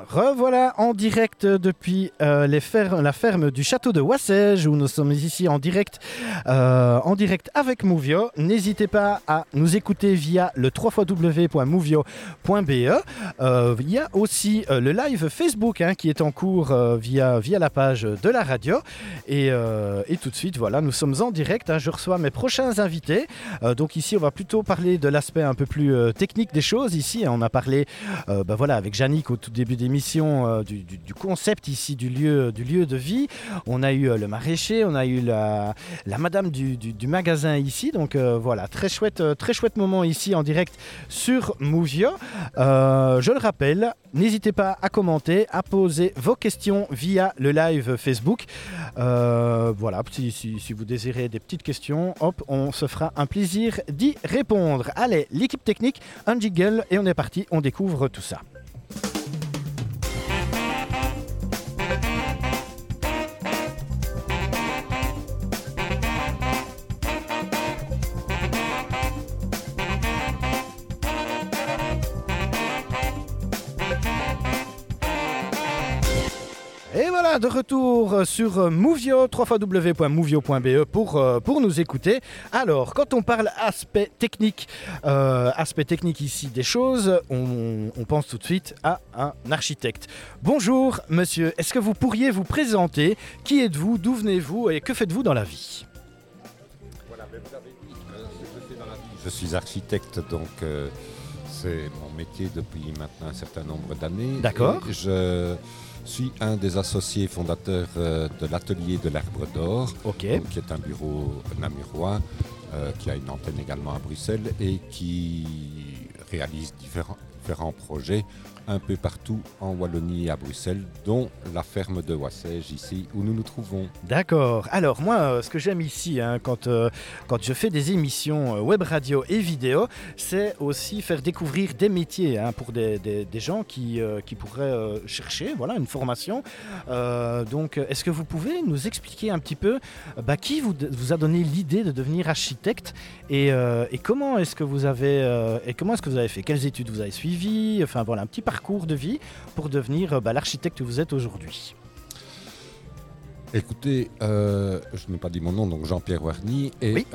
Revoilà en direct depuis la ferme du château de Wassèges où nous sommes ici en direct avec Movio. N'hésitez pas à nous écouter via le www.movio.be. Il y a aussi le live Facebook qui est en cours via la page de la radio. Et tout de suite, voilà, nous sommes en direct. Je reçois mes prochains invités. Donc ici, on va plutôt parler de l'aspect un peu plus technique des choses. Ici, on a parlé avec Yannick au tout début d'émission du concept ici du lieu de vie. On a eu le maraîcher, on a eu la madame du magasin ici. Donc voilà, très chouette moment ici en direct sur Movio. Je le rappelle, n'hésitez pas à commenter, à poser vos questions via le live Facebook. Voilà, si vous désirez des petites questions, hop, on se fera un plaisir d'y répondre. Allez, l'équipe technique, un jingle et on est parti, on découvre tout ça. Et voilà, de retour sur Movio, www.movio.be pour nous écouter. Alors, quand on parle aspect technique ici des choses, on pense tout de suite à un architecte. Bonjour monsieur, est-ce que vous pourriez vous présenter? Qui êtes-vous? D'où venez-vous? Et que faites-vous dans la vie? Voilà, mais vous avez dit ce que je fais dans la vie. Je suis architecte, donc c'est mon métier depuis maintenant un certain nombre d'années. D'accord. Et je suis un des associés fondateurs de l'Atelier de l'Arbre d'Or, Okay. donc, qui est un bureau namurois, qui a une antenne également à Bruxelles et qui réalise différents projets un peu partout en Wallonie et à Bruxelles, dont la ferme de Wassèges, ici où nous nous trouvons. D'accord. Alors moi, ce que j'aime ici, quand je fais des émissions web radio et vidéo, c'est aussi faire découvrir des métiers pour des gens qui pourraient chercher une formation. Donc, est-ce que vous pouvez nous expliquer un petit peu qui vous a donné l'idée de devenir architecte et comment est-ce que vous avez fait? Quelles études vous avez suivies? Enfin voilà, un petit parcours de vie pour devenir l'architecte que vous êtes aujourd'hui. Écoutez, je n'ai pas dit mon nom, donc Jean-Pierre Warny, et oui.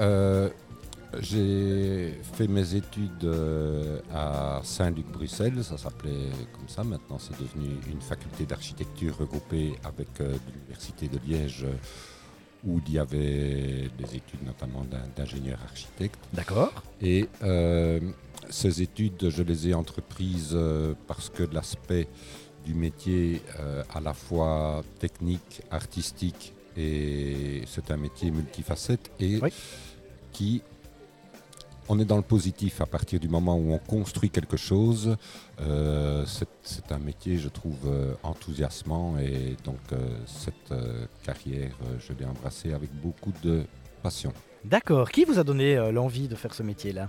J'ai fait mes études à Saint-Luc-Bruxelles, ça s'appelait comme ça, maintenant c'est devenu une faculté d'architecture regroupée avec l'Université de Liège, où il y avait des études notamment d'ingénieur architecte. D'accord. Et ces études, je les ai entreprises parce que l'aspect du métier à la fois technique, artistique, et c'est un métier multifacette et oui. qui... On est dans le positif à partir du moment où on construit quelque chose. C'est un métier, je trouve, enthousiasmant et donc cette carrière, je l'ai embrassée avec beaucoup de passion. D'accord. Qui vous a donné l'envie de faire ce métier-là?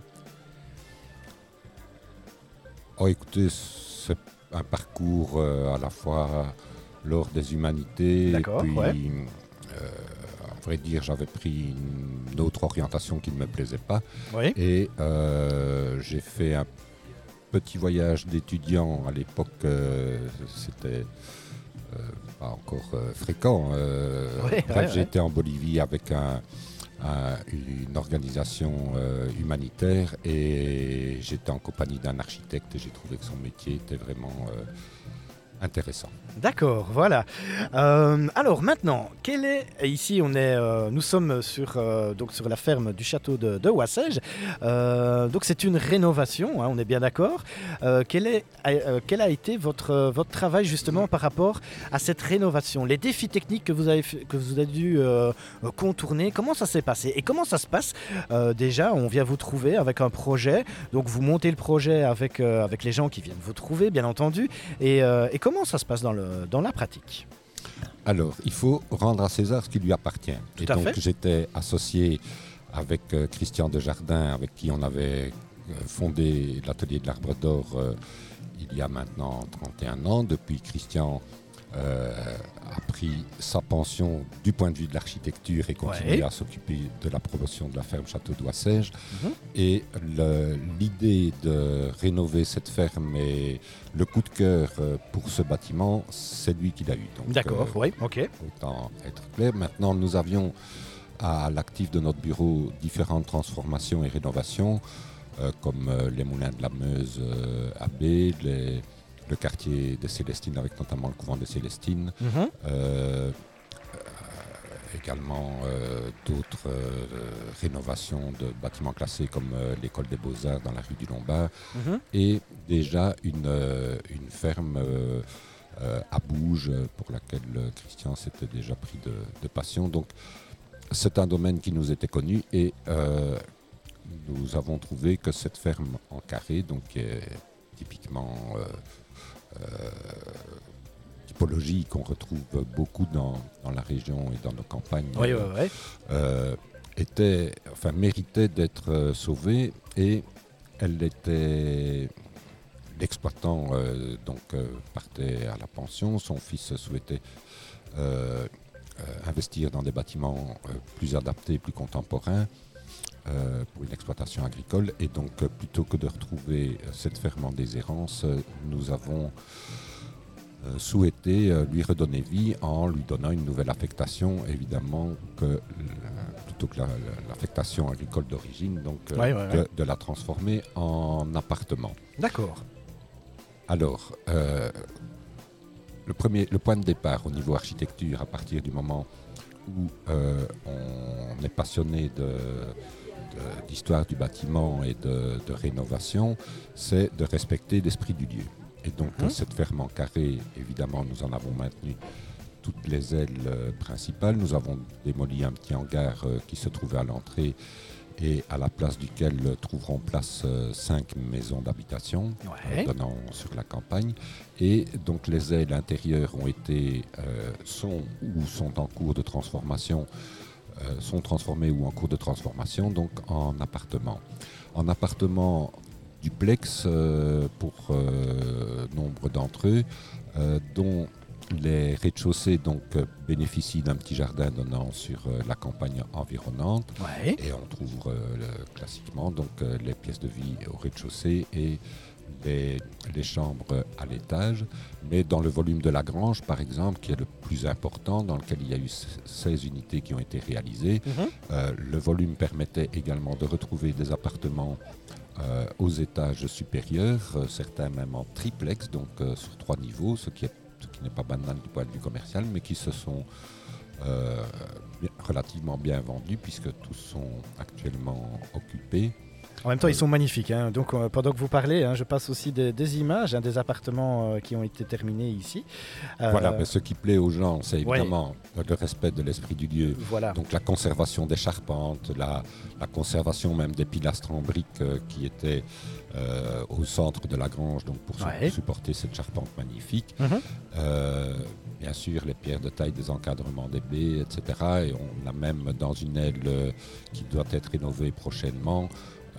Oh, écoutez, c'est un parcours à la fois lors des humanités. D'accord, et puis, ouais. à vrai dire, j'avais pris une autre orientation qui ne me plaisait pas. Oui. Et j'ai fait un petit voyage d'étudiant. À l'époque, c'était pas encore fréquent. Bref, j'étais en Bolivie avec une organisation humanitaire et j'étais en compagnie d'un architecte et j'ai trouvé que son métier était vraiment intéressant. D'accord, voilà. Alors maintenant, ici nous sommes sur la ferme du château de Wassèges. Donc c'est une rénovation, on est bien d'accord. Quel a été votre travail justement par rapport à cette rénovation? Les défis techniques que vous avez dû contourner, comment ça s'est passé? Et comment ça se passe? Déjà, on vient vous trouver avec un projet, donc vous montez le projet avec les gens qui viennent vous trouver, bien entendu. Et comment ça se passe dans la pratique? Alors, il faut rendre à César ce qui lui appartient. Tout et à donc, fait. j'étais associé avec Christian Desjardins, avec qui on avait fondé l'Atelier de l'Arbre d'Or il y a maintenant 31 ans. Depuis, Christian a pris sa pension du point de vue de l'architecture et continue à s'occuper de la promotion de la ferme Château de Wassèges. Et l'idée de rénover cette ferme et le coup de cœur pour ce bâtiment, c'est lui qui l'a eu. Donc, d'accord, oui, ok. Autant être clair. Maintenant, nous avions à l'actif de notre bureau différentes transformations et rénovations, comme les moulins de la Meuse à B, le quartier des Célestines, avec notamment le couvent des Célestines. Également d'autres rénovations de bâtiments classés comme l'école des Beaux-Arts dans la rue du Lombard. Et déjà une ferme à Bouges pour laquelle Christian s'était déjà pris de passion. Donc c'est un domaine qui nous était connu et nous avons trouvé que cette ferme en carré, donc qui est typiquement typologie qu'on retrouve beaucoup dans la région et dans nos campagnes, méritait d'être sauvée, et l'exploitant partait à la pension. Son fils souhaitait investir dans des bâtiments plus adaptés, plus contemporains pour une exploitation agricole, et donc plutôt que de retrouver cette ferme en déshérence, nous avons souhaité lui redonner vie en lui donnant une nouvelle affectation, évidemment, plutôt que l'affectation agricole d'origine, donc de la transformer en appartement. D'accord. Alors, le point de départ au niveau architecture, à partir du moment où on est passionné d'histoire du bâtiment et de rénovation, c'est de respecter l'esprit du lieu. Et donc cette ferme en carré, évidemment, nous en avons maintenu toutes les ailes principales. Nous avons démoli un petit hangar qui se trouvait à l'entrée et à la place duquel trouveront place 5 maisons d'habitation donnant sur la campagne. Et donc les ailes intérieures sont en cours de transformation, sont transformées ou en cours de transformation, donc en appartements. En appartements duplex pour nombre d'entre eux, dont les rez-de-chaussée bénéficient d'un petit jardin donnant sur la campagne environnante. Et on trouve classiquement les pièces de vie au rez-de-chaussée et les chambres à l'étage. Mais dans le volume de la grange, par exemple, qui est le plus important, dans lequel il y a eu 16 unités qui ont été réalisées, le volume permettait également de retrouver des appartements aux étages supérieurs, certains même en triplex, donc sur 3 niveaux, ce qui n'est pas banal du point de vue commercial, mais qui se sont relativement bien vendus, puisque tous sont actuellement occupés. En même temps, ils sont magnifiques. Donc, pendant que vous parlez, je passe aussi des images, des appartements qui ont été terminés ici. Voilà, mais ce qui plaît aux gens, c'est évidemment le respect de l'esprit du lieu. Voilà. Donc la conservation des charpentes, la conservation même des pilastres en briques qui étaient au centre de la grange, donc pour supporter cette charpente magnifique. Bien sûr, les pierres de taille des encadrements des baies, etc. Et on a même dans une aile qui doit être rénovée prochainement,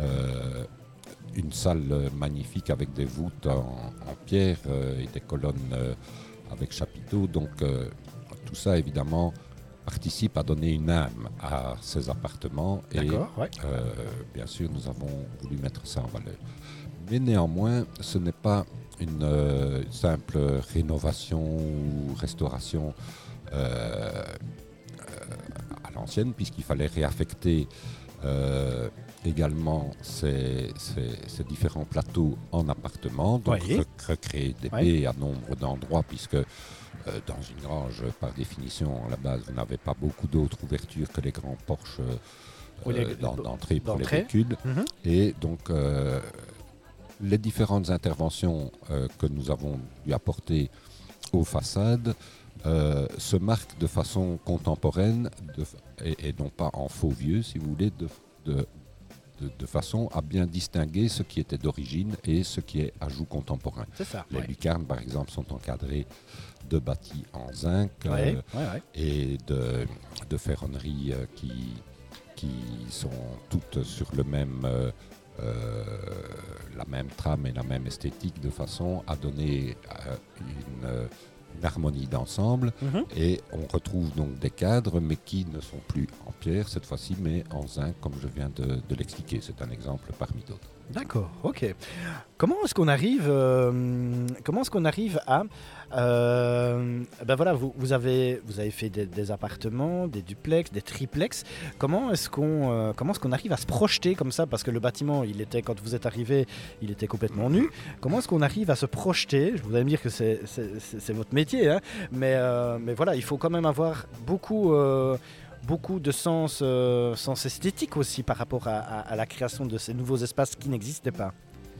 une salle magnifique avec des voûtes en pierre et des colonnes avec chapiteaux. Donc tout ça évidemment participe à donner une âme à ces appartements. D'accord, et bien sûr nous avons voulu mettre ça en valeur. Mais néanmoins ce n'est pas une simple rénovation ou restauration à l'ancienne, puisqu'il fallait réaffecter également ces différents plateaux en appartements, donc recréer des baies à nombre d'endroits, puisque dans une grange, par définition, à la base, vous n'avez pas beaucoup d'autres ouvertures que les grands porches d'entrée pour les véhicules. Et donc, les différentes interventions que nous avons dû apporter aux façades se marquent de façon contemporaine et non pas en faux vieux, si vous voulez, de façon à bien distinguer ce qui était d'origine et ce qui est ajout contemporain. C'est ça, les lucarnes, par exemple, sont encadrées de bâtis en zinc et de ferronneries qui sont toutes sur le même... la même trame et la même esthétique, de façon à donner une une harmonie d'ensemble et on retrouve donc des cadres mais qui ne sont plus en pierre cette fois-ci mais en zinc comme je viens de l'expliquer. C'est un exemple parmi d'autres. D'accord, ok. Comment est-ce qu'on arrive à ben voilà, vous avez fait des appartements, des duplex, des triplex. Comment est-ce qu'on arrive à se projeter comme ça, parce que le bâtiment, quand vous êtes arrivé, il était complètement nu. Comment est-ce qu'on arrive à se projeter? Vous allez me dire que c'est votre métier, hein, mais voilà, il faut quand même avoir beaucoup de sens esthétique aussi par rapport à la création de ces nouveaux espaces qui n'existaient pas.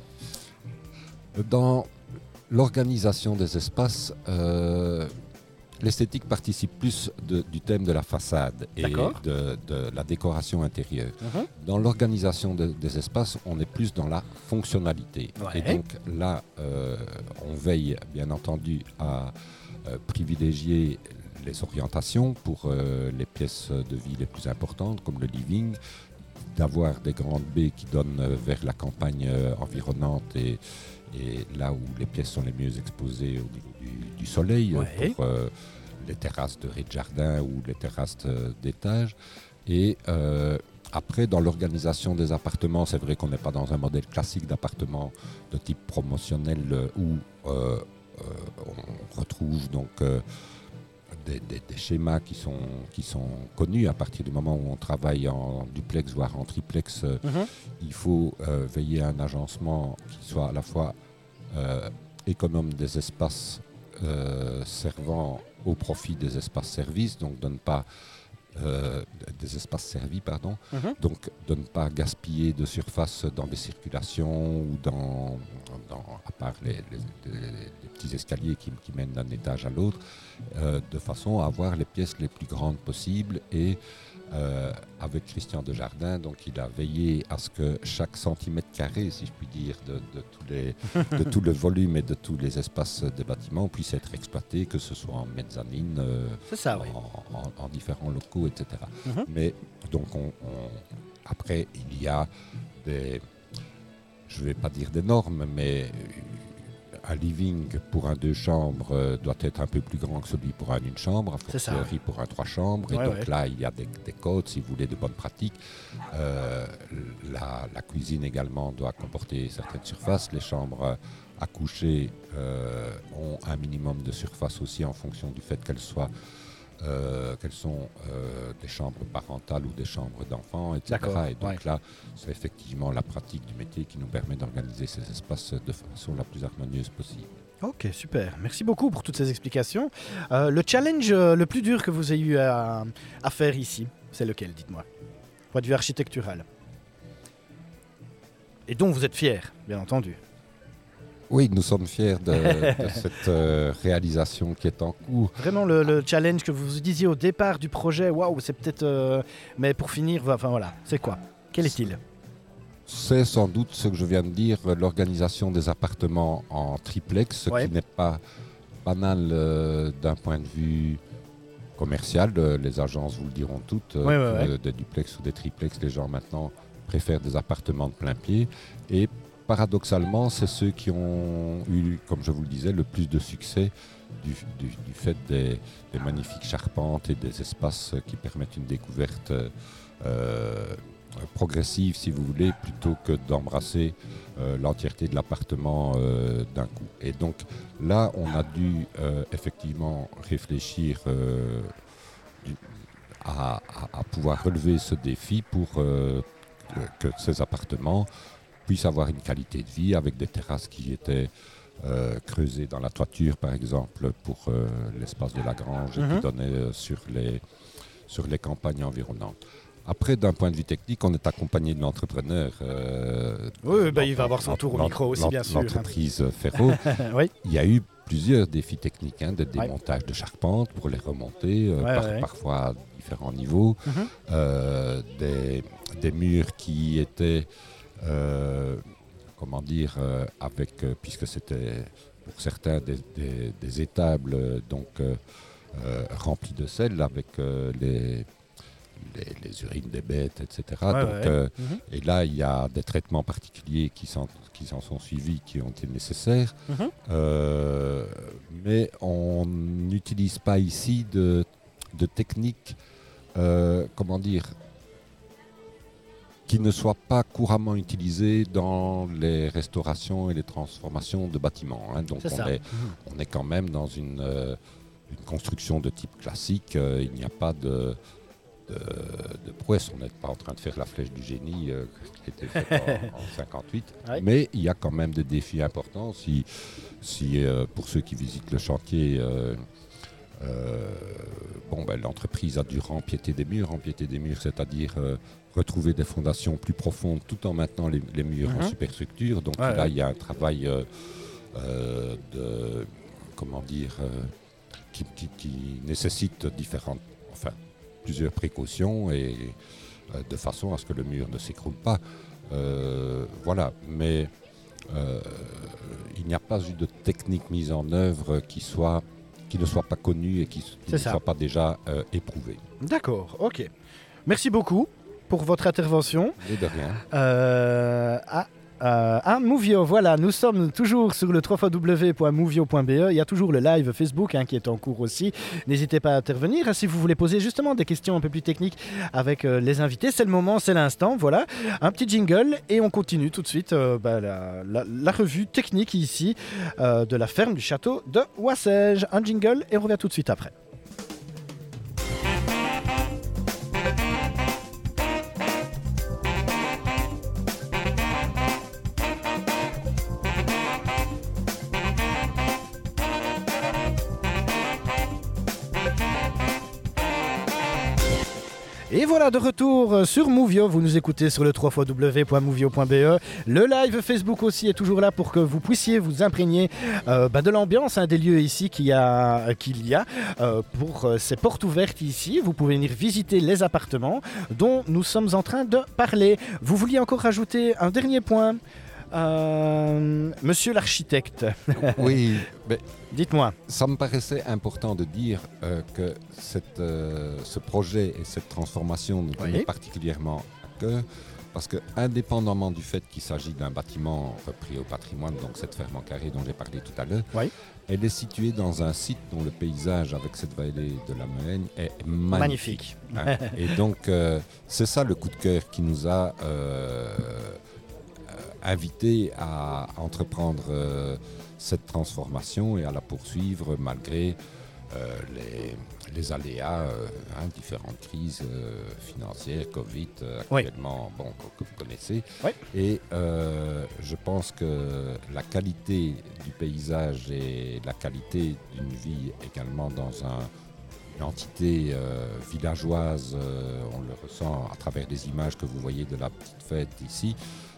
Dans l'organisation des espaces, l'esthétique participe plus du thème de la façade et de la décoration intérieure. Dans l'organisation des espaces, on est plus dans la fonctionnalité. Ouais. Et donc là, on veille bien entendu à privilégier les orientations pour les pièces de vie les plus importantes, comme le living, d'avoir des grandes baies qui donnent vers la campagne environnante et là où les pièces sont les mieux exposées au niveau du soleil, pour les terrasses de rez-de-jardin ou les terrasses d'étage. Et après, dans l'organisation des appartements, c'est vrai qu'on n'est pas dans un modèle classique d'appartement de type promotionnel où on retrouve donc des schémas qui sont connus. À partir du moment où on travaille en duplex, voire en triplex, il faut veiller à un agencement qui soit à la fois économe des espaces servant au profit des espaces services, donc de ne pas des espaces servis, pardon, donc de ne pas gaspiller de surface dans des circulations ou à part les petits escaliers qui mènent d'un étage à l'autre, de façon à avoir les pièces les plus grandes possibles. Et avec Christian Desjardins, donc il a veillé à ce que chaque centimètre carré, si je puis dire, de tout le volume et de tous les espaces des bâtiments puisse être exploité, que ce soit en mezzanine, en différents locaux, etc. Mais donc après, il y a je ne vais pas dire des normes, mais un living pour un 2 chambres doit être un peu plus grand que celui pour un 1 chambre, a fortiori pour un 3 chambres. Et donc là, il y a des codes, si vous voulez, de bonnes pratiques. La cuisine également doit comporter certaines surfaces. Les chambres à coucher ont un minimum de surface aussi en fonction du fait qu'elles sont des chambres parentales ou des chambres d'enfants, etc. Et donc là, c'est effectivement la pratique du métier qui nous permet d'organiser ces espaces de façon la plus harmonieuse possible. Ok, super. Merci beaucoup pour toutes ces explications. Le challenge le plus dur que vous ayez eu à faire ici, c'est lequel, dites-moi? Point de vue architectural. Et dont vous êtes fier, bien entendu. Oui, nous sommes fiers de cette réalisation qui est en cours. Vraiment le challenge que vous disiez au départ du projet, waouh, c'est peut-être... mais pour finir, enfin voilà, c'est quoi? Quel est-il? C'est sans doute ce que je viens de dire, l'organisation des appartements en triplex, ce qui n'est pas banal d'un point de vue commercial. Les agences vous le diront toutes, des duplex ou des triplex, les gens maintenant préfèrent des appartements de plein pied. Et paradoxalement, c'est ceux qui ont eu, comme je vous le disais, le plus de succès du fait des magnifiques charpentes et des espaces qui permettent une découverte progressive, si vous voulez, plutôt que d'embrasser l'entièreté de l'appartement d'un coup. Et donc là, on a dû effectivement réfléchir à pouvoir relever ce défi pour que ces appartements puissent avoir une qualité de vie avec des terrasses qui étaient creusées dans la toiture, par exemple, pour l'espace de la grange et qui donnaient sur les campagnes environnantes. Après, d'un point de vue technique, on est accompagné de l'entrepreneur. Il va avoir son tour au micro aussi, bien sûr. L'entreprise Ferro. Il y a eu plusieurs défis techniques, de démontage de charpentes pour les remonter, parfois à différents niveaux, des murs qui étaient... puisque c'était pour certains des étables remplis de sel avec les urines des bêtes, etc. Et là, il y a des traitements particuliers qui s'en sont suivis, qui ont été nécessaires. Mais on n'utilise pas ici de techniques, qui ne soient pas couramment utilisées dans les restaurations et les transformations de bâtiments. Donc on est quand même dans une construction de type classique. Il n'y a pas de prouesse. On n'est pas en train de faire la flèche du génie qui a été faite en 58. Mais il y a quand même des défis importants. Si pour ceux qui visitent le chantier, l'entreprise a dû rempiéter des murs, c'est-à-dire retrouver des fondations plus profondes tout en maintenant les murs en superstructure. Donc là, il y a un travail qui nécessite plusieurs précautions et de façon à ce que le mur ne s'écroule pas. Mais il n'y a pas eu de technique mise en œuvre qui ne soit pas connue et qui ne soit pas déjà éprouvée. D'accord, ok. Merci beaucoup pour votre intervention. Et de rien. Mouvio, voilà, nous sommes toujours sur le www.mouvio.be. Il y a toujours le live Facebook qui est en cours aussi. N'hésitez pas à intervenir si vous voulez poser justement des questions un peu plus techniques avec les invités. C'est le moment, c'est l'instant. Voilà, un petit jingle et on continue tout de suite la revue technique ici de la ferme du château de Wassèges. Un jingle et on revient tout de suite après. Et voilà, de retour sur Mouvio. Vous nous écoutez sur le www.mouvio.be. Le live Facebook aussi est toujours là pour que vous puissiez vous imprégner de l'ambiance des lieux ici qu'il y a pour ces portes ouvertes ici. Vous pouvez venir visiter les appartements dont nous sommes en train de parler. Vous vouliez encore rajouter un dernier point, monsieur l'architecte? Oui, mais dites-moi. Ça me paraissait important de dire que ce projet et cette transformation nous tenaient particulièrement à cœur, parce que indépendamment du fait qu'il s'agit d'un bâtiment repris au patrimoine, donc cette ferme en carré dont j'ai parlé tout à l'heure, elle est située dans un site dont le paysage avec cette vallée de la Meuhaigne est magnifique. Et donc c'est ça le coup de cœur qui nous a invité à entreprendre cette transformation et à la poursuivre malgré les aléas, différentes crises financières, Covid actuellement, que vous connaissez. Et je pense que la qualité du paysage et la qualité d'une vie également dans une entité villageoise, on le ressent à travers les images que vous voyez de la petite fête ici.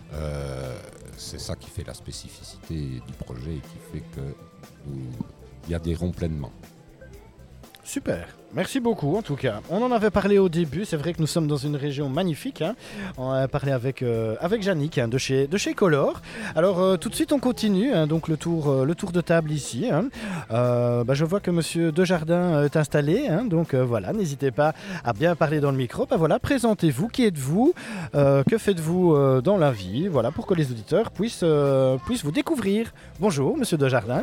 C'est ça qui fait la spécificité du projet et qui fait qu'il y adhérons pleinement. Super, merci beaucoup en tout cas. On en avait parlé au début, c'est vrai que nous sommes dans une région magnifique. On a parlé avec Yannick de chez Color. Alors tout de suite on continue, donc le tour de table ici. Je vois que monsieur Desjardins est installé, donc voilà, n'hésitez pas à bien parler dans le micro. Présentez-vous, qui êtes-vous, que faites-vous dans la vie, voilà, pour que les auditeurs puissent vous découvrir. Bonjour monsieur Desjardins.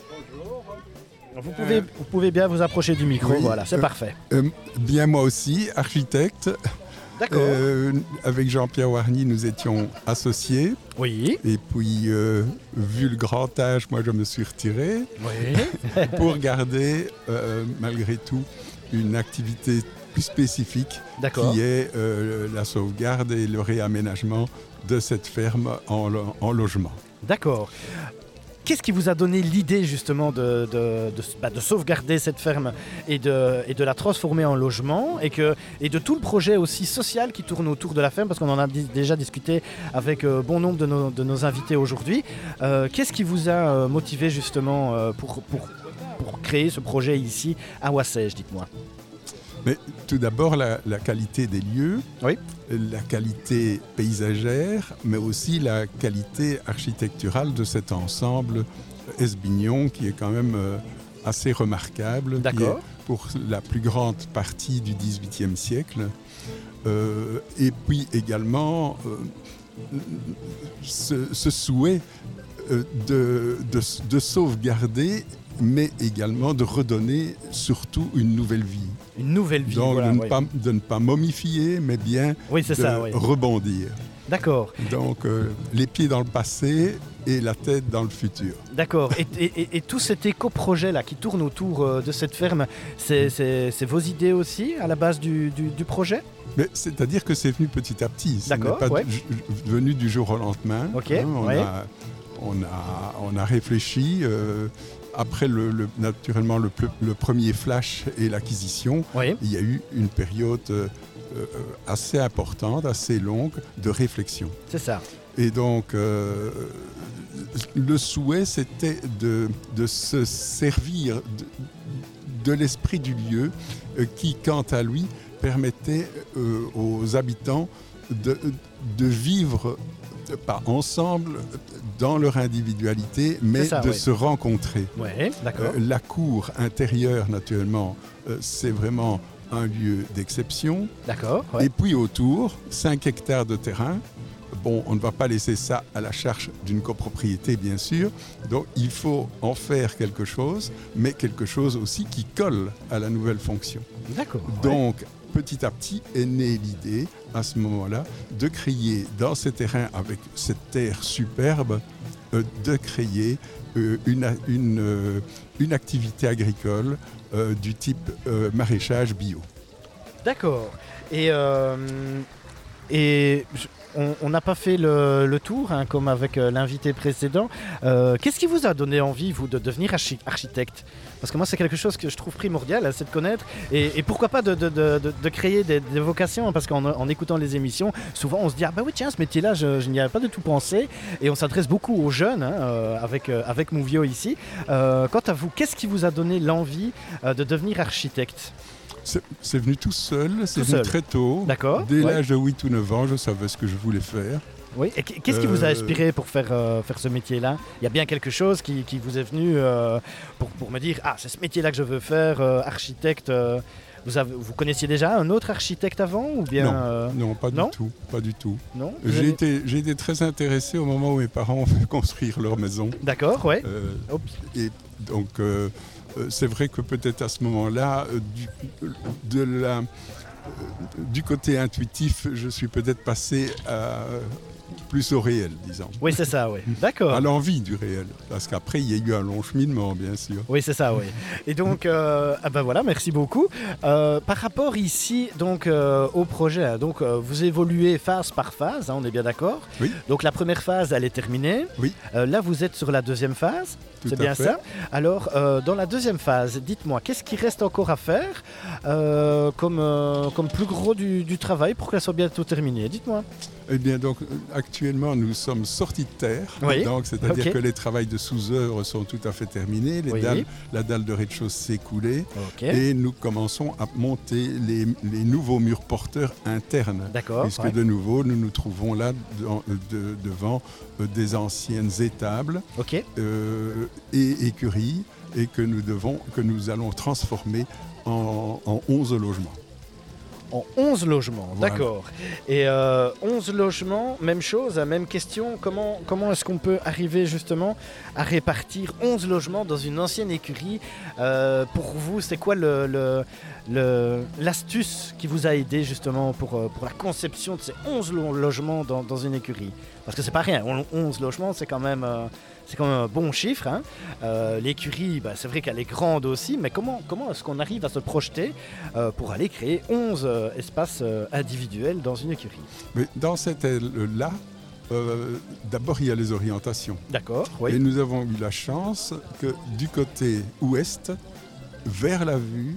Vous pouvez bien vous approcher du micro, voilà, c'est parfait. Bien moi aussi, architecte. D'accord. Avec Jean-Pierre Warny, nous étions associés. Oui. Et puis, vu le grand âge, moi je me suis retiré. Oui. Pour garder, malgré tout, une activité plus spécifique qui est la sauvegarde et le réaménagement de cette ferme en logement. D'accord. Qu'est-ce qui vous a donné l'idée justement de sauvegarder cette ferme et de la transformer en logement et de tout le projet aussi social qui tourne autour de la ferme, parce qu'on en a déjà discuté avec bon nombre de nos invités aujourd'hui. Qu'est-ce qui vous a motivé justement pour créer ce projet ici à Wassèges, dites-moi? Mais tout d'abord, la qualité des lieux, la qualité paysagère, mais aussi la qualité architecturale de cet ensemble esbignon qui est quand même assez remarquable, qui est pour la plus grande partie du XVIIIe siècle. Et puis également ce souhait de sauvegarder, mais également de redonner surtout une nouvelle vie. Une nouvelle vie, donc voilà, de ne pas momifier, mais bien rebondir. D'accord. Donc les pieds dans le passé et la tête dans le futur. D'accord. Et tout cet éco-projet là qui tourne autour de cette ferme, c'est vos idées aussi à la base du projet ? Mais c'est-à-dire que c'est venu petit à petit. Ce n'est pas venu du jour au lendemain. Okay, on a réfléchi. Après naturellement le premier flash et l'acquisition, il y a eu une période assez importante, assez longue de réflexion. C'est ça. Et donc le souhait, c'était de se servir de l'esprit du lieu qui, quant à lui, permettait aux habitants de vivre pas ensemble dans leur individualité, mais se rencontrer. Ouais, d'accord. La cour intérieure, naturellement, c'est vraiment un lieu d'exception. D'accord. Ouais. Et puis autour, 5 hectares de terrain. Bon, on ne va pas laisser ça à la charge d'une copropriété, bien sûr. Donc, il faut en faire quelque chose, mais quelque chose aussi qui colle à la nouvelle fonction. D'accord. Donc, petit à petit est née l'idée, à ce moment-là, de créer dans ces terrains, avec cette terre superbe, de créer une activité agricole du type maraîchage bio. D'accord. On n'a pas fait le tour, hein, comme avec l'invité précédent. Qu'est-ce qui vous a donné envie, vous, de devenir architecte ? Parce que moi, c'est quelque chose que je trouve primordial, c'est de connaître. Et pourquoi pas de créer des vocations ? Parce qu'en écoutant les émissions, souvent on se dit « Ah bah oui, tiens, ce métier-là, je n'y avais pas du tout pensé. » Et on s'adresse beaucoup aux jeunes, hein, avec Mouvio ici. Quant à vous, qu'est-ce qui vous a donné l'envie de devenir architecte ? C'est venu tout seul, c'est venu très tôt. D'accord. Dès l'âge de 8 ou 9 ans, je savais ce que je voulais faire. Oui, et qu'est-ce qui vous a inspiré pour faire ce métier-là ? Il y a bien quelque chose qui vous est venu pour me dire « Ah, c'est ce métier-là que je veux faire, architecte ». Vous connaissiez déjà un autre architecte avant ou bien Non, pas du tout. Non. J'ai été très intéressé au moment où mes parents ont fait construire leur maison. D'accord, ouais. Et donc, c'est vrai que peut-être à ce moment-là, du côté intuitif, je suis peut-être passé plus au réel, disons. Oui, c'est ça, oui. D'accord. À l'envie du réel, parce qu'après, il y a eu un long cheminement, bien sûr. Oui, c'est ça, oui. Et donc, voilà, merci beaucoup. Par rapport ici, donc, au projet, hein, donc, vous évoluez phase par phase, hein, on est bien d'accord ? Oui. Donc, la première phase, elle est terminée. Oui. Là, vous êtes sur la deuxième phase. C'est bien ça. Alors, dans la deuxième phase, dites-moi, qu'est-ce qui reste encore à faire comme plus gros du travail pour qu'elle soit bientôt terminée ? Dites-moi. Eh bien, donc, actuellement, nous sommes sortis de terre. Oui. Donc, c'est-à-dire que les travaux de sous-œuvre sont tout à fait terminés. La dalle de rez-de-chaussée s'est coulée. Et nous commençons à monter les nouveaux murs porteurs internes. D'accord. Puisque, de nouveau, nous nous trouvons là devant des anciennes étables et écuries et que nous allons transformer en 11 logements. En 11 logements, voilà. D'accord. Et 11 logements, même chose, même question. Comment est-ce qu'on peut arriver justement à répartir 11 logements dans une ancienne écurie ? Pour vous, c'est quoi l'astuce qui vous a aidé justement pour la conception de ces 11 logements dans une écurie ? Parce que c'est pas rien, 11 logements, c'est quand même un bon chiffre. Hein. L'écurie, c'est vrai qu'elle est grande aussi, mais comment est-ce qu'on arrive à se projeter pour aller créer 11 espaces individuels dans une écurie ? Mais dans cette aile-là, d'abord il y a les orientations. D'accord, oui. Et nous avons eu la chance que du côté ouest, vers la vue,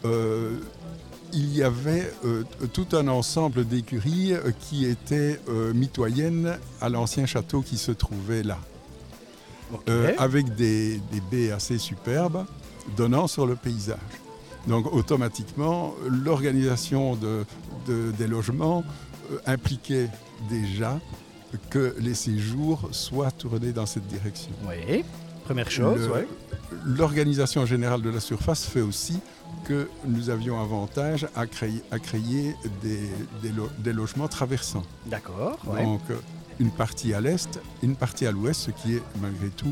il y avait tout un ensemble d'écuries qui étaient mitoyennes à l'ancien château qui se trouvait là. Avec des baies assez superbes donnant sur le paysage. Donc automatiquement, l'organisation des logements impliquait déjà que les séjours soient tournés dans cette direction. Oui, première chose, l'organisation générale de la surface fait aussi que nous avions avantage à créer des logements traversants. D'accord. Donc une partie à l'est, une partie à l'ouest, ce qui est malgré tout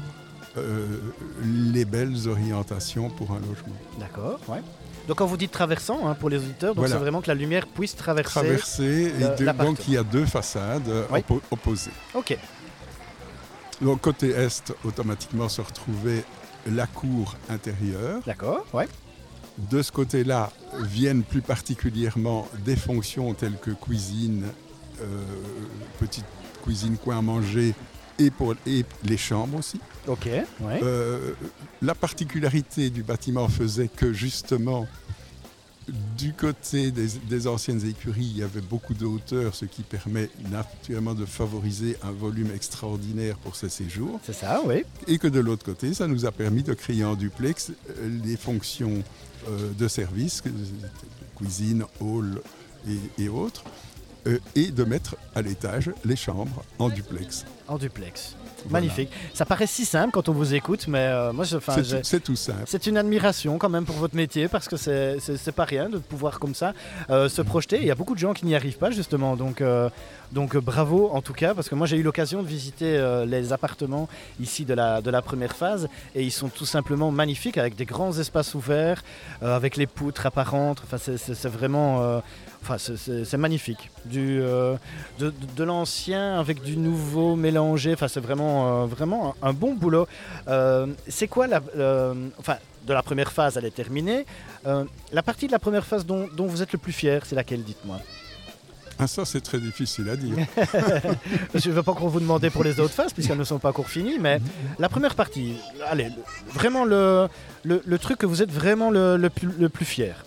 les belles orientations pour un logement. D'accord, ouais. Donc quand vous dites traversant, pour les auditeurs, donc voilà. C'est vraiment que la lumière puisse traverser donc il y a deux façades opposées. Ok. Donc côté est, automatiquement se retrouvait la cour intérieure. D'accord, ouais. De ce côté-là viennent plus particulièrement des fonctions telles que cuisine, petite cuisine, coin à manger et les chambres aussi. Ok, ouais. La particularité du bâtiment faisait que justement, du côté des anciennes écuries, il y avait beaucoup de hauteur, ce qui permet naturellement de favoriser un volume extraordinaire pour ces séjours. C'est ça, oui. Et que de l'autre côté, ça nous a permis de créer en duplex les fonctions de service, cuisine, hall et autres, et de mettre à l'étage les chambres en duplex. En duplex. Voilà. Magnifique. Ça paraît si simple quand on vous écoute, mais c'est tout simple. C'est une admiration quand même pour votre métier, parce que c'est pas rien de pouvoir comme ça se projeter. Il y a beaucoup de gens qui n'y arrivent pas justement, donc bravo en tout cas, parce que moi j'ai eu l'occasion de visiter les appartements ici de la première phase, et ils sont tout simplement magnifiques, avec des grands espaces ouverts, avec les poutres apparentes. Enfin, c'est vraiment... c'est magnifique. De l'ancien avec du nouveau mélangé. Enfin, c'est vraiment un bon boulot. C'est quoi de la première phase, elle est terminée. La partie de la première phase dont vous êtes le plus fier, c'est laquelle, dites-moi? Ah, ça, c'est très difficile à dire. Je ne veux pas qu'on vous demande pour les autres phases, puisqu'elles ne sont pas encore finies, mais la première partie, allez, vraiment le truc que vous êtes vraiment le plus fier.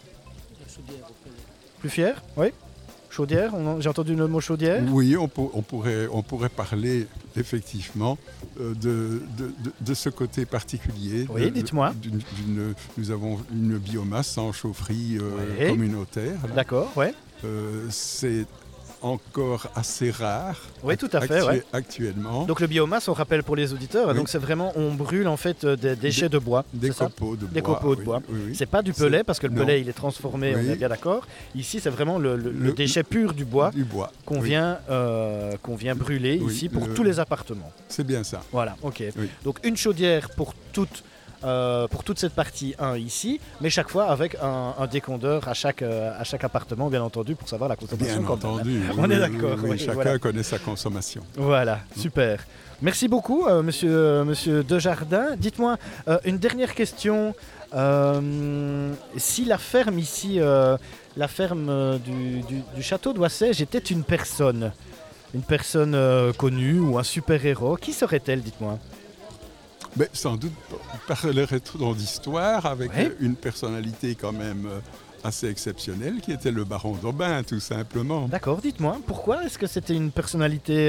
Plus fier? Oui. Chaudière, j'ai entendu le mot chaudière. Oui, on pourrait parler effectivement de ce côté particulier. Oui, dites-moi. Nous avons une biomasse en chaufferie communautaire. Là. D'accord, oui. C'est encore assez rare. Oui, tout à fait. Actuellement. Donc le biomasse, on rappelle pour les auditeurs, oui. Donc c'est vraiment, on brûle en fait des déchets de bois. Des copeaux de bois. Des copeaux de bois. Oui. C'est pas du pellet, parce que le pellet il est transformé, on est bien d'accord. Ici c'est vraiment le déchet pur du bois, qu'on vient brûler ici pour tous les appartements. C'est bien ça. Voilà, ok. Oui. Donc une chaudière pour toute cette partie 1 ici, mais chaque fois avec un décompteur à chaque appartement, bien entendu, pour savoir la consommation. Bien entendu. On est d'accord. Oui, chacun connaît sa consommation. Voilà, super. Merci beaucoup, monsieur Desjardins. Dites-moi, une dernière question. Si la ferme ici, la ferme du château d'Oissèges était une personne connue ou un super-héros, qui serait-elle, dites-moi? Mais sans doute parlerait-on d'histoire avec une personnalité quand même assez exceptionnelle qui était le baron d'Aubin, tout simplement. D'accord, dites-moi, pourquoi est-ce que c'était une personnalité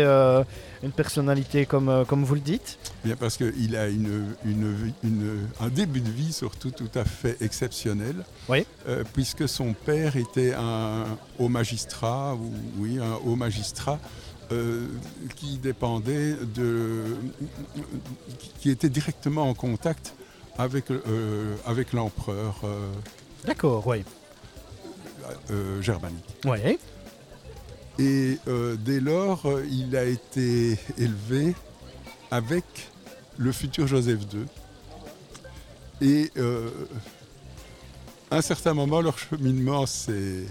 comme vous le dites? Bien parce qu'il a un début de vie surtout tout à fait exceptionnel, puisque son père était un haut magistrat, qui dépendait qui était directement en contact avec l'empereur. D'accord, oui. Germanique. Oui. Et dès lors, il a été élevé avec le futur Joseph II. Et à un certain moment, leur cheminement s'est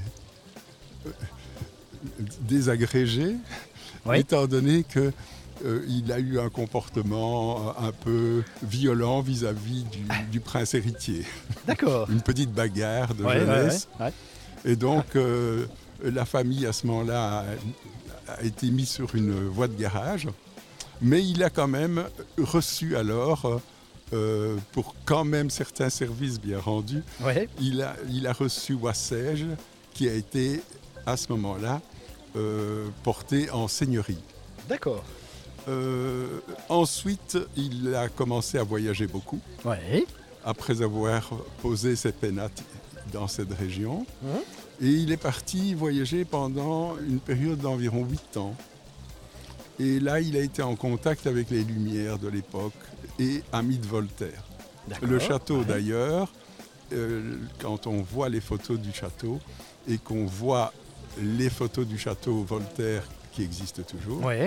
désagrégé. Étant donné qu'il a eu un comportement un peu violent vis-à-vis du prince héritier. D'accord. Une petite bagarre de jeunesse. Et donc, la famille, à ce moment-là, a été mise sur une voie de garage. Mais il a quand même reçu alors, pour quand même certains services bien rendus, il a reçu Oissèges, qui a été, à ce moment-là, porté en seigneurie. D'accord. Ensuite, il a commencé à voyager beaucoup. Après avoir posé ses pénates dans cette région. Et il est parti voyager pendant une période d'environ 8 ans. Et là, il a été en contact avec les Lumières de l'époque et ami de Voltaire. D'accord. Le château d'ailleurs, quand on voit les photos du château et qu'on voit les photos du château Voltaire qui existent toujours, Ouais.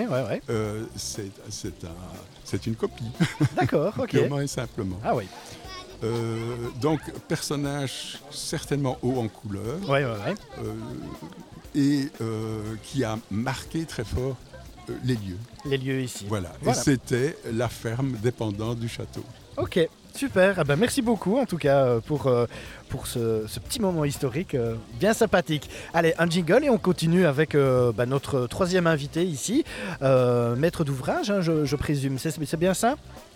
c'est une copie, D'accord, ok. purement et simplement. Ah oui. Donc, personnage certainement haut en couleur Ouais. et qui a marqué très fort les lieux. Les lieux ici. Voilà. Et c'était la ferme dépendant du château. Ok, super. Merci beaucoup en tout cas pour ce petit moment historique bien sympathique. Allez, un jingle et on continue avec notre troisième invité ici, maître d'ouvrage, hein, je présume. C'est bien ça?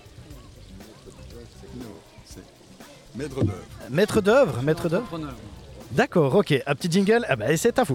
Maître d'œuvre. Maître d'œuvre. D'accord, ok. Un petit jingle, et c'est à vous.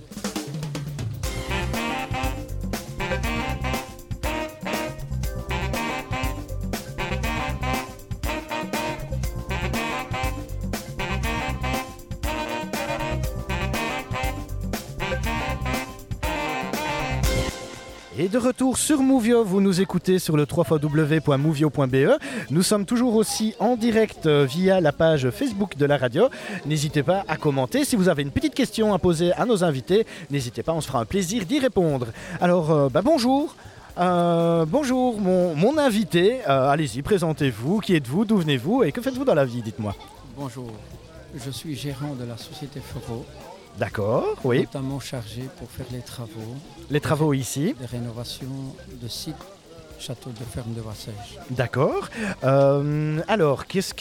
Et de retour sur Movio, vous nous écoutez sur le www.movio.be. Nous sommes toujours aussi en direct via la page Facebook de la radio. N'hésitez pas à commenter. Si vous avez une petite question à poser à nos invités, n'hésitez pas, on se fera un plaisir d'y répondre. Alors, bonjour. Bonjour, mon invité. Allez-y, présentez-vous. Qui êtes-vous? D'où venez-vous? Et que faites-vous dans la vie? Dites-moi. Bonjour, je suis gérant de la société Feuro. D'accord, oui. Notamment chargé pour faire les travaux. Les travaux ici. Les rénovations de sites château de ferme de Wassège. D'accord. Alors, qu'est-ce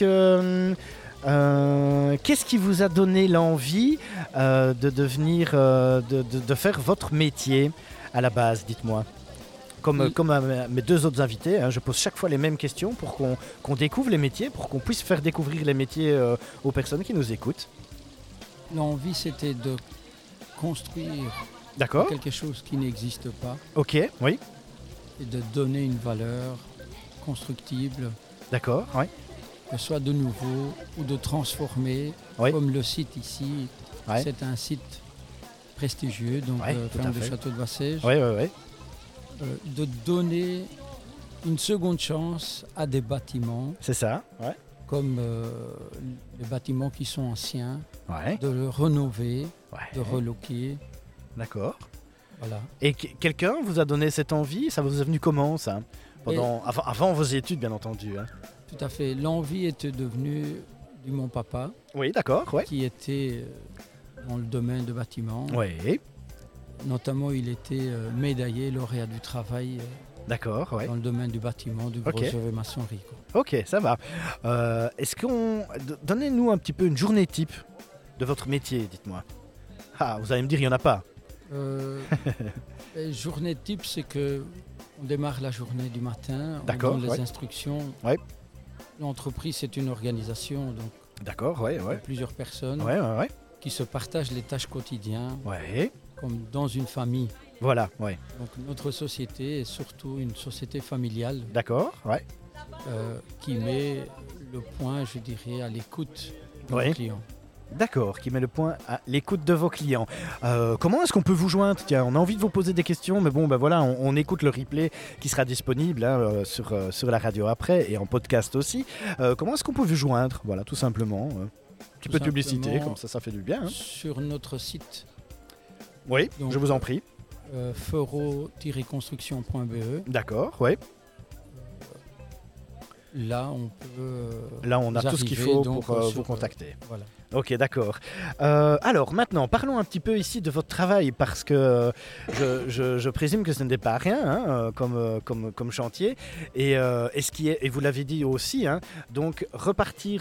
qui vous a donné l'envie de devenir, de faire votre métier à la base, dites-moi? Comme à mes deux autres invités, hein, je pose chaque fois les mêmes questions pour qu'on découvre les métiers, pour qu'on puisse faire découvrir les métiers aux personnes qui nous écoutent. L'envie, c'était de construire quelque chose qui n'existe pas. Ok, oui. Et de donner une valeur constructible. D'accord, oui. Que ce soit de nouveau ou de transformer, comme le site ici. Ouais. C'est un site prestigieux, donc ferme de château de Wassège. Oui. De donner une seconde chance à des bâtiments. C'est ça, ouais. Comme les bâtiments qui sont anciens, de le rénover, de reloquer. D'accord. Voilà. Et quelqu'un vous a donné cette envie? Ça vous est venu comment, ça? Avant vos études, bien entendu. Hein. Tout à fait. L'envie était devenue de mon papa. Oui, d'accord. Ouais. Qui était dans le domaine de bâtiment. Oui. Notamment, il était médaillé, lauréat du travail. D'accord, ouais. Dans le domaine du bâtiment, du gros œuvre et maçonnerie. Quoi. Ok, ça va. Donnez-nous un petit peu une journée type de votre métier, dites-moi. Ah, vous allez me dire, il n'y en a pas. Journée type, c'est que on démarre la journée du matin, on donne les instructions. Ouais. L'entreprise, c'est une organisation, donc plusieurs personnes qui se partagent les tâches quotidiennes, comme dans une famille. Voilà, ouais. Donc notre société est surtout une société familiale. D'accord, ouais. Qui met le point, je dirais, à l'écoute de nos clients. D'accord, qui met le point à l'écoute de vos clients. Comment est-ce qu'on peut vous joindre? Tiens, on a envie de vous poser des questions, mais bon, voilà, on écoute le replay qui sera disponible sur la radio après et en podcast aussi. Comment est-ce qu'on peut vous joindre? Voilà, tout simplement. Un petit peu de publicité, comme ça fait du bien. Hein. Sur notre site. Oui, donc, je vous en prie. feuro-construction.be. D'accord, oui. Là, on peut. Là, on a tout ce qu'il faut pour vous contacter. Voilà. Ok, d'accord. Alors, maintenant, parlons un petit peu ici de votre travail, parce que je présume que ce n'est pas rien hein, comme chantier. Et ce qui est, et vous l'avez dit aussi, hein, donc repartir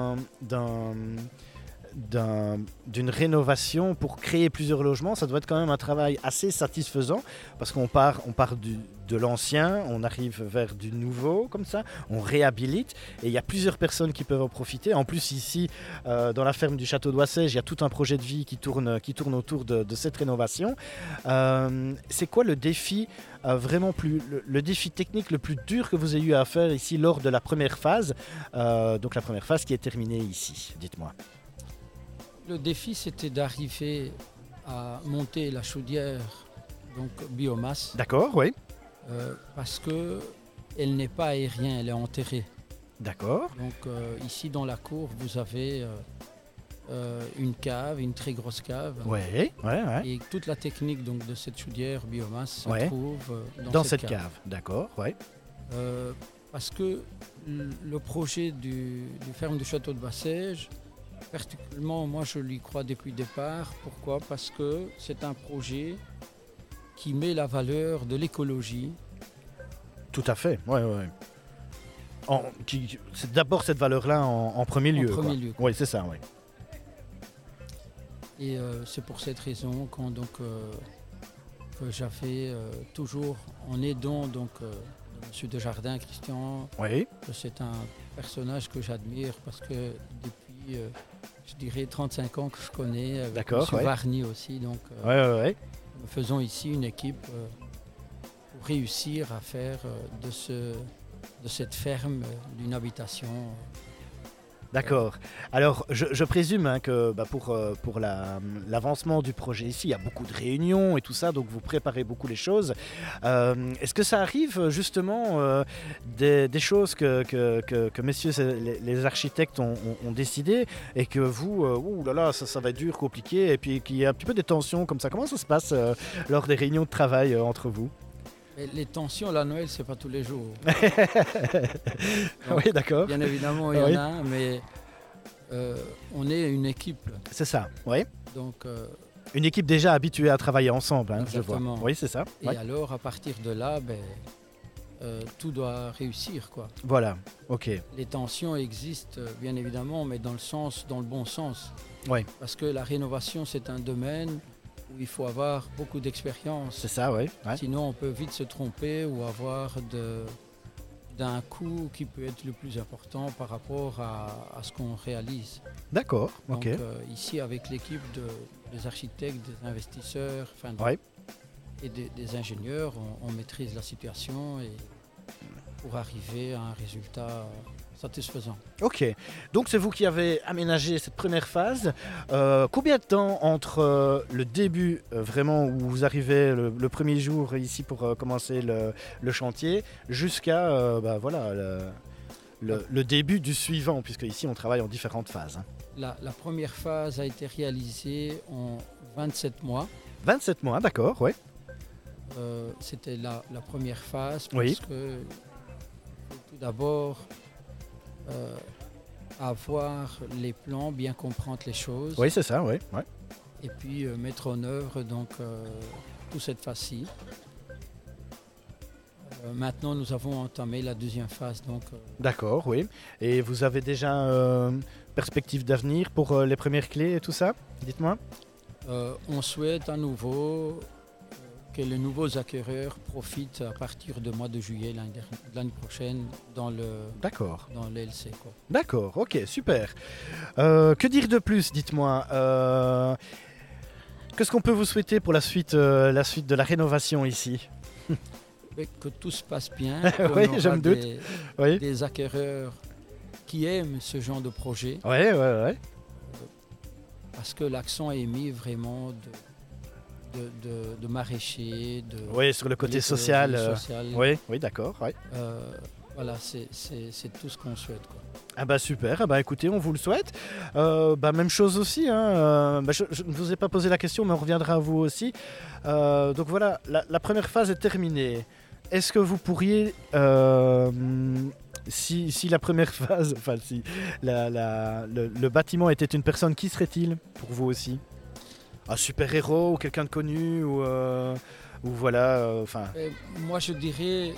d'une rénovation pour créer plusieurs logements, ça doit être quand même un travail assez satisfaisant parce qu'on part de l'ancien, on arrive vers du nouveau comme ça, on réhabilite et il y a plusieurs personnes qui peuvent en profiter. En plus ici, dans la ferme du château de Wassège, il y a tout un projet de vie qui tourne autour de cette rénovation. C'est quoi le défi le défi technique le plus dur que vous ayez eu à faire ici lors de la première phase, donc la première phase qui est terminée ici, dites-moi. Le défi, c'était d'arriver à monter la chaudière, donc biomasse. D'accord, oui. Parce qu'elle n'est pas aérienne, elle est enterrée. D'accord. Donc ici dans la cour, vous avez une cave, une très grosse cave. Ouais. Et toute la technique donc, de cette chaudière biomasse se trouve dans cette cave. D'accord, ouais. Parce que le projet du ferme du château de Wassèges, particulièrement, moi je lui crois depuis le départ. Pourquoi ? Parce que c'est un projet qui met la valeur de l'écologie. Tout à fait, ouais. C'est d'abord cette valeur-là en premier lieu. En premier lieu. Oui, c'est ça, oui. Et c'est pour cette raison que j'avais toujours en aidant M. Desjardins, Christian. Oui. C'est un personnage que j'admire parce que depuis, je dirais, 35 ans que je connais, avec M. Varny aussi. Donc, nous faisons ici une équipe pour réussir à faire de cette ferme d'une habitation. D'accord. Alors, je présume que pour l'avancement du projet ici, il y a beaucoup de réunions et tout ça, donc vous préparez beaucoup les choses. Est-ce que ça arrive justement des choses que messieurs les architectes ont décidé et que vous, ça va être dur, compliqué, et puis qu'il y a un petit peu des tensions comme ça. Comment ça se passe lors des réunions de travail entre vous ? Les tensions, la Noël, c'est pas tous les jours. Donc, oui, d'accord. Bien évidemment, il y en a, mais on est une équipe. C'est ça, oui. Donc, une équipe déjà habituée à travailler ensemble, je vois. Oui, c'est ça. Et alors, à partir de là, tout doit réussir, quoi. Voilà, ok. Les tensions existent, bien évidemment, mais dans le bon sens. Oui. Parce que la rénovation, c'est un domaine où il faut avoir beaucoup d'expérience. C'est ça, oui. Ouais. Sinon, on peut vite se tromper ou avoir d'un coût qui peut être le plus important par rapport à ce qu'on réalise. D'accord, donc, ok. Ici, avec l'équipe des architectes, des investisseurs et des ingénieurs, on maîtrise la situation pour arriver à un résultat satisfaisant. Ok, donc c'est vous qui avez aménagé cette première phase. Combien de temps entre le début, vraiment, où vous arrivez le premier jour ici pour commencer le chantier, jusqu'à le début du suivant, puisque ici on travaille en différentes phases. La première phase a été réalisée en 27 mois. 27 mois, d'accord, oui. C'était la première phase, parce que tout d'abord avoir les plans, bien comprendre les choses. Oui, c'est ça, oui. Ouais. Et puis mettre en œuvre toute cette phase-ci. Maintenant, nous avons entamé la deuxième phase. D'accord, oui. Et vous avez déjà perspective d'avenir pour les premières clés et tout ça ? Dites-moi. On souhaite à nouveau que les nouveaux acquéreurs profitent à partir du mois de juillet l'année prochaine dans l'LC. D'accord, ok, super. Que dire de plus, dites-moi qu'est-ce qu'on peut vous souhaiter pour la suite de la rénovation ici ? Que tout se passe bien, oui, je me doute. Des acquéreurs qui aiment ce genre de projet. Oui. Parce que l'accent est mis vraiment de maraîcher, sur le côté social. Oui, d'accord. Ouais. Voilà, c'est tout ce qu'on souhaite, quoi. Ah bah super, écoutez, on vous le souhaite. Même chose aussi, je ne vous ai pas posé la question, mais on reviendra à vous aussi. Donc voilà, la première phase est terminée. Est-ce que vous pourriez, si la première phase, si le bâtiment était une personne, qui serait-il pour vous aussi ? Un super-héros ou quelqu'un de connu ou voilà, moi je dirais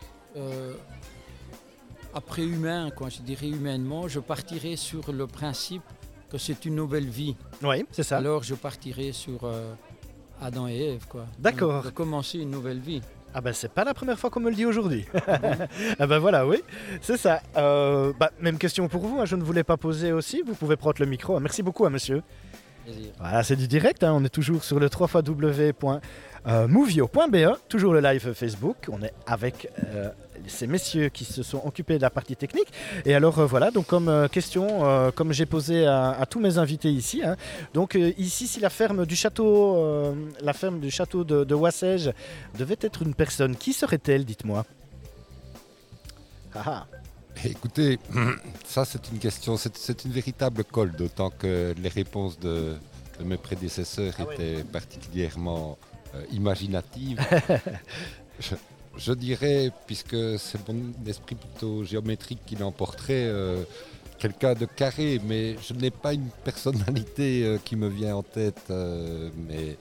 après humain, je dirais humainement, je partirais sur le principe que c'est une nouvelle vie. Oui, c'est ça. Alors je partirais sur Adam et Ève, quoi. D'accord. De commencer une nouvelle vie. Ah c'est pas la première fois qu'on me le dit aujourd'hui. Voilà, oui, c'est ça. Même question pour vous, je ne voulais pas poser aussi, vous pouvez prendre le micro. Merci beaucoup, monsieur. Plaisir. Voilà, c'est du direct, on est toujours sur le www.movio.be, toujours le live Facebook, on est avec ces messieurs qui se sont occupés de la partie technique. Et alors voilà, donc comme question, comme j'ai posé à tous mes invités ici, donc ici si la ferme du château de Wassèges devait être une personne, qui serait-elle, dites-moi ? Écoutez, ça c'est une question, c'est une véritable colle, d'autant que les réponses de mes prédécesseurs étaient particulièrement imaginatives. Je dirais, puisque c'est mon esprit plutôt géométrique qui l'emporterait, quelqu'un de carré, mais je n'ai pas une personnalité qui me vient en tête, mais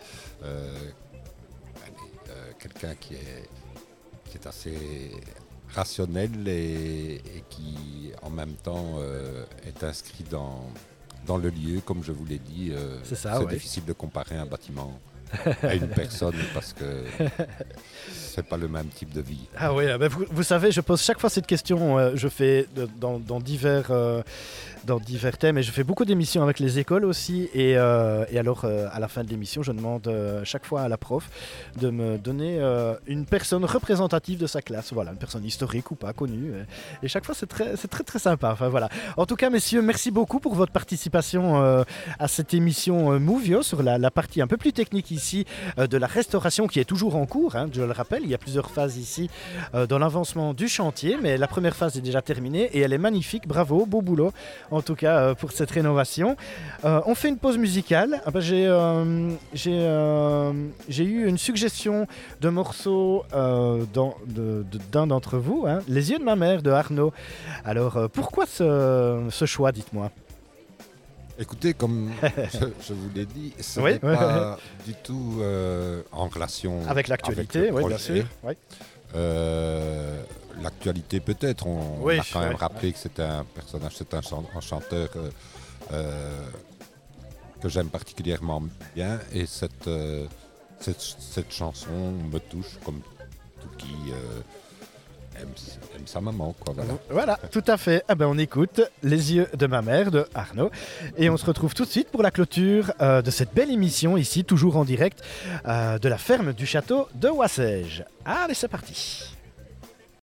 quelqu'un qui est assez rationnel et qui en même temps est inscrit dans le lieu, comme je vous l'ai dit. C'est difficile de comparer un bâtiment à une personne parce que c'est pas le même type de vie. Ah oui, vous savez, je pose chaque fois cette question, je fais dans divers thèmes et je fais beaucoup d'émissions avec les écoles aussi et alors à la fin de l'émission je demande chaque fois à la prof de me donner une personne représentative de sa classe, voilà, une personne historique ou pas connue et chaque fois c'est très sympa. Enfin voilà. En tout cas messieurs, merci beaucoup pour votre participation à cette émission Movio sur la partie un peu plus technique ici de la restauration qui est toujours en cours, hein, je le rappelle, il y a plusieurs phases ici dans l'avancement du chantier, mais la première phase est déjà terminée et elle est magnifique, bravo, beau boulot en tout cas pour cette rénovation. On fait une pause musicale. J'ai eu une suggestion de morceaux d'un d'entre vous, hein, Les yeux de ma mère de Arnaud. Alors pourquoi ce choix, dites-moi? Écoutez, comme je vous l'ai dit, ce n'est pas du tout en relation avec l'actualité, oui, bien sûr. Oui. L'actualité peut-être, on a quand même rappelé que c'était un personnage, c'est un chanteur que j'aime particulièrement bien et cette chanson me touche comme tout qui aime sa maman, quoi. Voilà, tout à fait. On écoute Les yeux de ma mère de Arnaud et on se retrouve tout de suite pour la clôture de cette belle émission ici, toujours en direct de la ferme du château de Wassèges. Allez, c'est parti.